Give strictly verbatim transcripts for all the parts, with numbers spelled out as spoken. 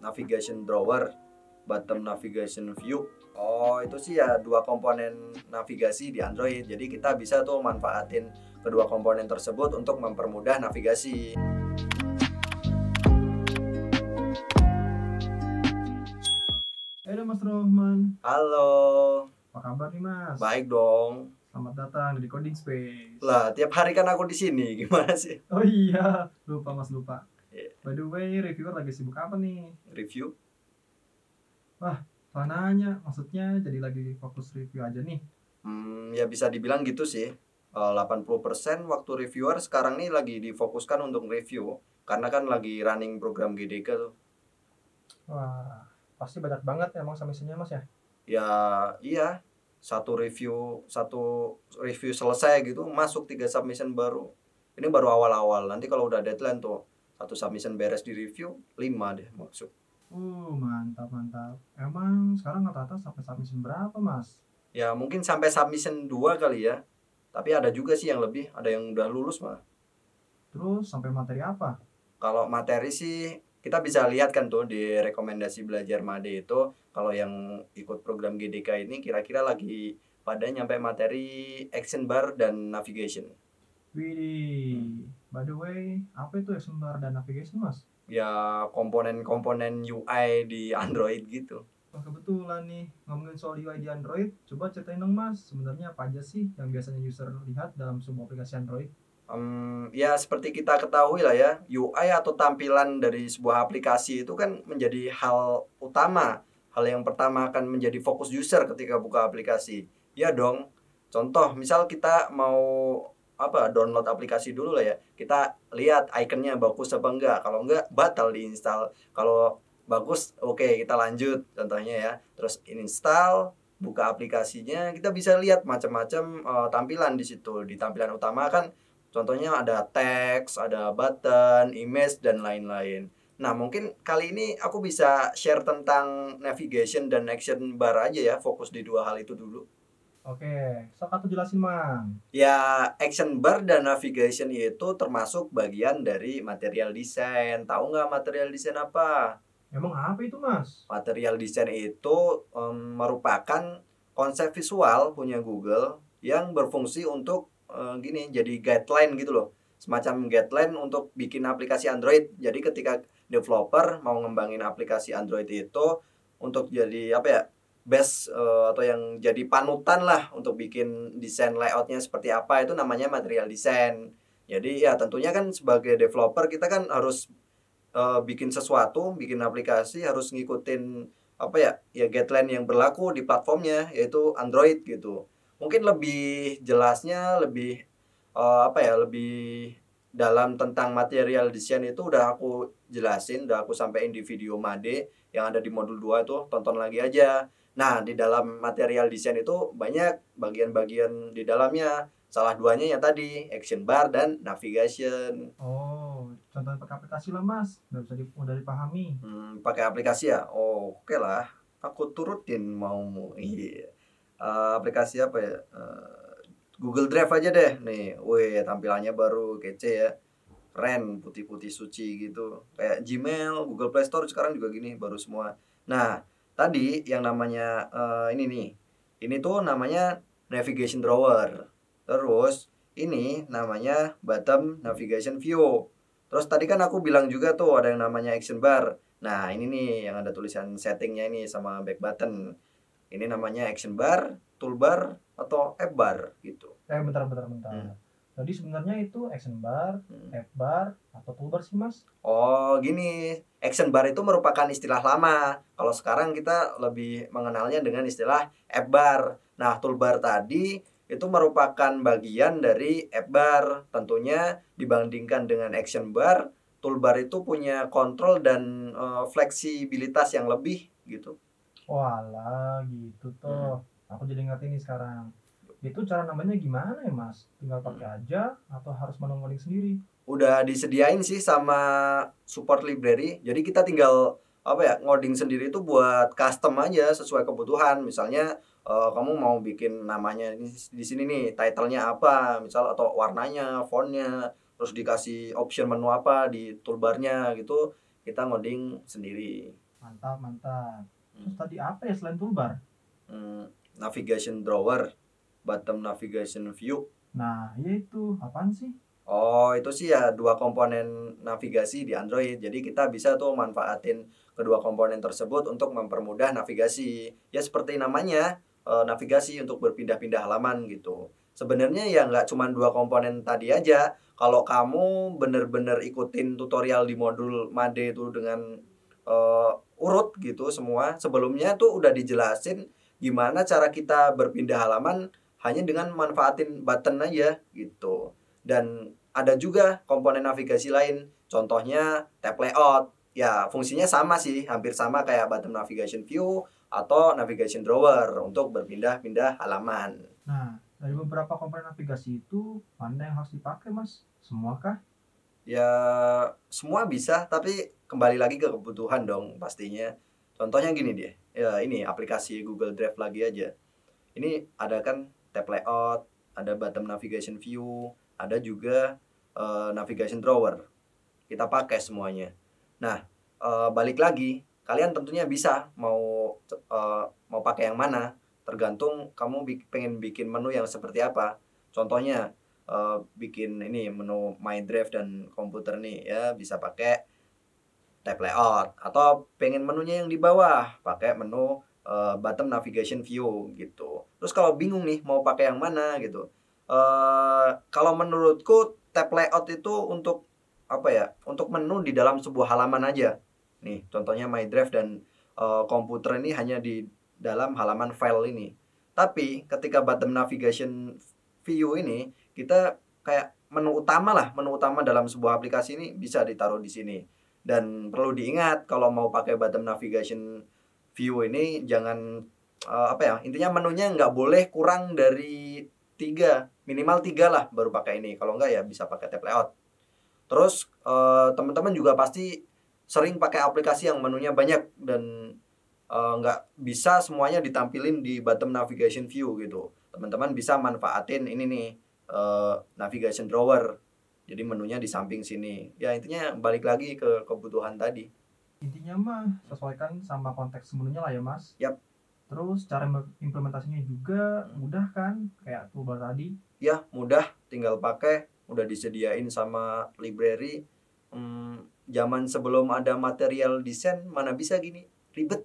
navigation drawer, bottom navigation view. Oh, itu sih ya dua komponen navigasi di Android. Jadi kita bisa tuh manfaatin kedua komponen tersebut untuk mempermudah navigasi. Halo Mas Rohman, Halo, apa kabar nih Mas? baik dong. Selamat datang di Coding Space. Lah, tiap hari kan aku di sini. Gimana sih? Oh iya, lupa Mas lupa. Yeah. By the way, reviewer lagi sibuk apa nih? Review? Salah nanya, maksudnya jadi lagi fokus review aja nih. Hmm, ya bisa dibilang gitu sih. Uh, delapan puluh persen waktu reviewer sekarang nih lagi difokuskan untuk review. Karena kan lagi running program G D K tuh. Wah, pasti banyak banget emang submission-nya Mas ya? Ya iya, satu review satu review selesai gitu masuk tiga submission baru. Ini baru awal-awal, nanti kalau udah deadline tuh satu submission beres di review, lima deh masuk. Uh, mantap mantap. Emang sekarang rata-rata sampai submission berapa Mas? Ya mungkin sampai submission dua kali ya. Tapi ada juga sih yang lebih, ada yang udah lulus mah. Terus sampai materi apa? Kalau materi sih kita bisa lihat kan tuh di rekomendasi belajar Made itu, kalau yang ikut program G D K ini kira-kira lagi pada nyampe materi action bar dan navigation. Widih, by the way, apa itu action bar dan navigation Mas? Ya komponen-komponen U I di Android gitu. Wah, kebetulan nih, ngomongin soal U I di Android, coba ceritain dong Mas, sebenarnya apa aja sih yang biasanya user lihat dalam sebuah aplikasi Android? Um, ya seperti kita ketahui lah ya, U I atau tampilan dari sebuah aplikasi itu kan menjadi hal utama. Hal yang pertama akan menjadi fokus user ketika buka aplikasi. Ya dong. Contoh, misal kita mau apa download aplikasi dulu lah ya. Kita lihat ikonnya bagus apa enggak. Kalau enggak, batal diinstal. Kalau bagus, oke okay, kita lanjut contohnya ya. Terus install, buka aplikasinya, kita bisa lihat macam-macam uh, tampilan di situ. Di tampilan utama kan contohnya ada teks, ada button, image, dan lain-lain. Nah, mungkin kali ini aku bisa share tentang navigation dan action bar aja ya, fokus di dua hal itu dulu. Oke, sok atuh jelasin Mang. Ya, action bar dan navigation itu termasuk bagian dari material design. Tahu nggak material design apa? Emang apa itu Mas? Material design itu um, merupakan konsep visual punya Google yang berfungsi untuk uh, gini, jadi guideline gitu loh. Semacam guideline untuk bikin aplikasi Android. Jadi ketika developer mau ngembangin aplikasi Android itu untuk jadi apa ya? Best uh, atau yang jadi panutan lah untuk bikin desain layoutnya seperti apa, itu namanya material design. Jadi ya tentunya kan sebagai developer kita kan harus uh, bikin sesuatu, bikin aplikasi harus ngikutin apa ya, ya guideline yang berlaku di platformnya yaitu Android gitu. Mungkin lebih jelasnya, lebih uh, apa ya, lebih dalam tentang material design itu udah aku jelasin, udah aku sampaikan di video Made yang ada di modul dua itu, tonton lagi aja. Nah, di dalam material design itu banyak bagian-bagian di dalamnya. Salah duanya yang tadi, action bar dan navigation. Oh, contoh pakai aplikasi lah Mas, udah bisa di, udah dipahami. Hmm, pakai aplikasi ya? Oh, oke lah. Aku turutin maumu. Iya. Uh, aplikasi apa ya? Uh, Google Drive aja deh. Nih, wih, tampilannya baru kece ya. Keren, putih-putih suci gitu. Kayak Gmail, Google Play Store sekarang juga gini, baru semua. Nah, tadi yang namanya uh, ini nih. Ini tuh namanya navigation drawer. Terus ini namanya bottom navigation view. Terus tadi kan aku bilang juga tuh ada yang namanya action bar. Nah, ini nih yang ada tulisan settingnya ini sama back button. Ini namanya action bar, toolbar, atau app bar gitu. Eh, bentar, bentar, bentar. Hmm. Jadi sebenarnya itu action bar, Hmm. app bar, atau toolbar sih Mas? Oh, gini. Action bar itu merupakan istilah lama. Kalau sekarang kita lebih mengenalnya dengan istilah app bar. Nah, toolbar tadi itu merupakan bagian dari app bar. Tentunya dibandingkan dengan action bar, toolbar itu punya kontrol dan uh, fleksibilitas yang lebih gitu. Walah, gitu toh. Hmm. Aku jadi ngerti nih sekarang. Itu cara namanya gimana ya Mas? Tinggal pakai hmm. aja atau harus mengoding sendiri? Udah disediain sih sama support library. Jadi kita tinggal apa ya, ngoding sendiri itu buat custom aja sesuai kebutuhan. Misalnya uh, kamu mau bikin namanya ini di sini nih, title-nya apa, misal atau warnanya, fontnya, terus dikasih option menu apa di toolbarnya gitu, kita ngoding sendiri. Mantap, mantap. Terus Hmm. tadi apa ya selain toolbar? Hmm, navigation drawer, bottom navigation view. Nah, ya itu. Apaan sih? Oh, itu sih ya dua komponen navigasi di Android. Jadi kita bisa tuh manfaatin kedua komponen tersebut untuk mempermudah navigasi. Ya seperti namanya, eh, navigasi untuk berpindah-pindah halaman gitu. Sebenarnya ya nggak cuma dua komponen tadi aja. Kalau kamu bener-bener ikutin tutorial di modul Made itu dengan eh, urut gitu semua, sebelumnya tuh udah dijelasin gimana cara kita berpindah halaman hanya dengan manfaatin button aja gitu. Dan ada juga komponen navigasi lain, contohnya tab layout. Ya, fungsinya sama sih, hampir sama kayak bottom navigation view atau navigation drawer untuk berpindah-pindah halaman. Nah, dari beberapa komponen navigasi itu, mana yang harus dipakai, Mas? Semua kah? Ya, semua bisa, tapi kembali lagi ke kebutuhan dong pastinya. Contohnya gini deh, ya ini aplikasi Google Drive lagi aja. Ini ada kan tab layout, ada bottom navigation view, ada juga eh, navigation drawer. Kita pakai semuanya. Nah, eh, balik lagi, kalian tentunya bisa mau eh, mau pakai yang mana, tergantung kamu bik- pengen bikin menu yang seperti apa. Contohnya eh, bikin ini menu My Drive dan komputer nih ya bisa pakai tab layout, atau pengen menunya yang di bawah pakai menu eh, bottom navigation view gitu. Terus kalau bingung nih mau pakai yang mana gitu, eh kalau menurutku tab layout itu untuk apa ya, untuk menu di dalam sebuah halaman aja. Nih contohnya My Drive dan eh, komputer ini hanya di dalam halaman file ini. Tapi ketika bottom navigation view ini, kita kayak menu utama lah, menu utama dalam sebuah aplikasi ini bisa ditaruh di sini. Dan perlu diingat kalau mau pakai bottom navigation view ini jangan eh, apa ya, intinya menunya nggak boleh kurang dari tiga, minimal tiga lah baru pakai ini. Kalau nggak ya bisa pakai tab layout. Terus eh, teman-teman juga pasti sering pakai aplikasi yang menunya banyak dan eh, nggak bisa semuanya ditampilin di bottom navigation view gitu. Teman-teman bisa manfaatin ini nih, eh, navigation drawer. Jadi menunya di samping sini. Ya intinya balik lagi ke kebutuhan tadi. Intinya mah sesuaikan sama konteks menunya lah ya, Mas. Yap. Terus cara implementasinya juga mudah kan? Kayak toolbar tadi. Ya mudah, tinggal pakai. Udah disediain sama library. Hmm, zaman sebelum ada material desain mana bisa gini ribet.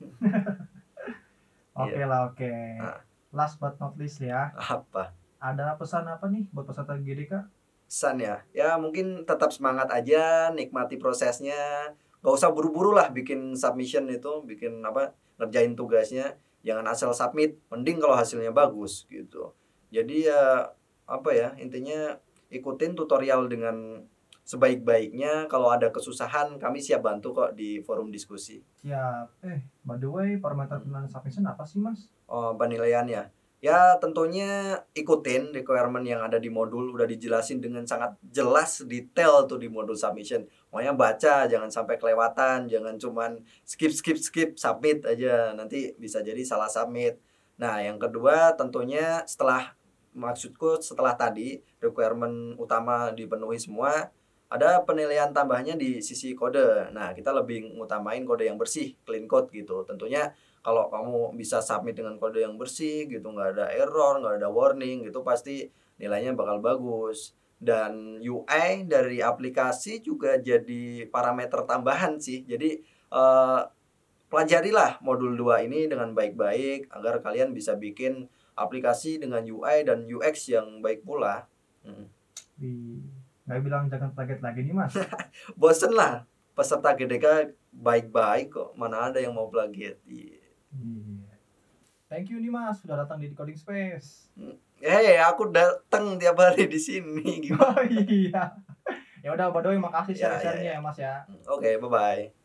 Oke Iya. lah, oke. Nah, Last but not least ya. apa? Ada pesan apa nih buat peserta G D K? Pesan ya, ya mungkin tetap semangat aja, nikmati prosesnya, gak usah buru-buru lah bikin submission itu, bikin apa, ngerjain tugasnya, jangan asal submit, mending kalau hasilnya bagus gitu. Jadi ya apa ya, intinya ikutin tutorial dengan sebaik-baiknya. Kalau ada kesusahan kami siap bantu kok di forum diskusi. Siap. Eh, by the way, parameter penilaian submission apa sih, Mas? Oh, penilaiannya. Ya, tentunya ikutin requirement yang ada di modul, udah dijelasin dengan sangat jelas detail tuh di modul submission. Pokoknya baca, jangan sampai kelewatan, jangan cuman skip skip skip submit aja, nanti bisa jadi salah submit. Nah, yang kedua tentunya setelah maksudku setelah tadi requirement utama dipenuhi semua, ada penilaian tambahnya di sisi kode. Nah, kita lebih ngutamain kode yang bersih, clean code gitu. Tentunya kalau kamu bisa submit dengan kode yang bersih gitu, nggak ada error, nggak ada warning gitu, pasti nilainya bakal bagus. Dan U I dari aplikasi juga jadi parameter tambahan sih. Jadi eh, pelajarilah modul dua ini dengan baik-baik agar kalian bisa bikin aplikasi dengan U I dan U X yang baik pula. Hmm. Wih, nggak bilang jangan target lagi nih, Mas. Bosen lah, peserta G D K baik-baik kok, mana ada yang mau plagiat. Iya. Iya. Thank you nih, Mas, sudah datang di Coding Space. Eh, aku datang tiap hari di sini. Gimana? Oh iya. Ya udah, by the way, makasih Ya, ya, share-share-nya ya. ya, Mas ya. Oke, bye-bye.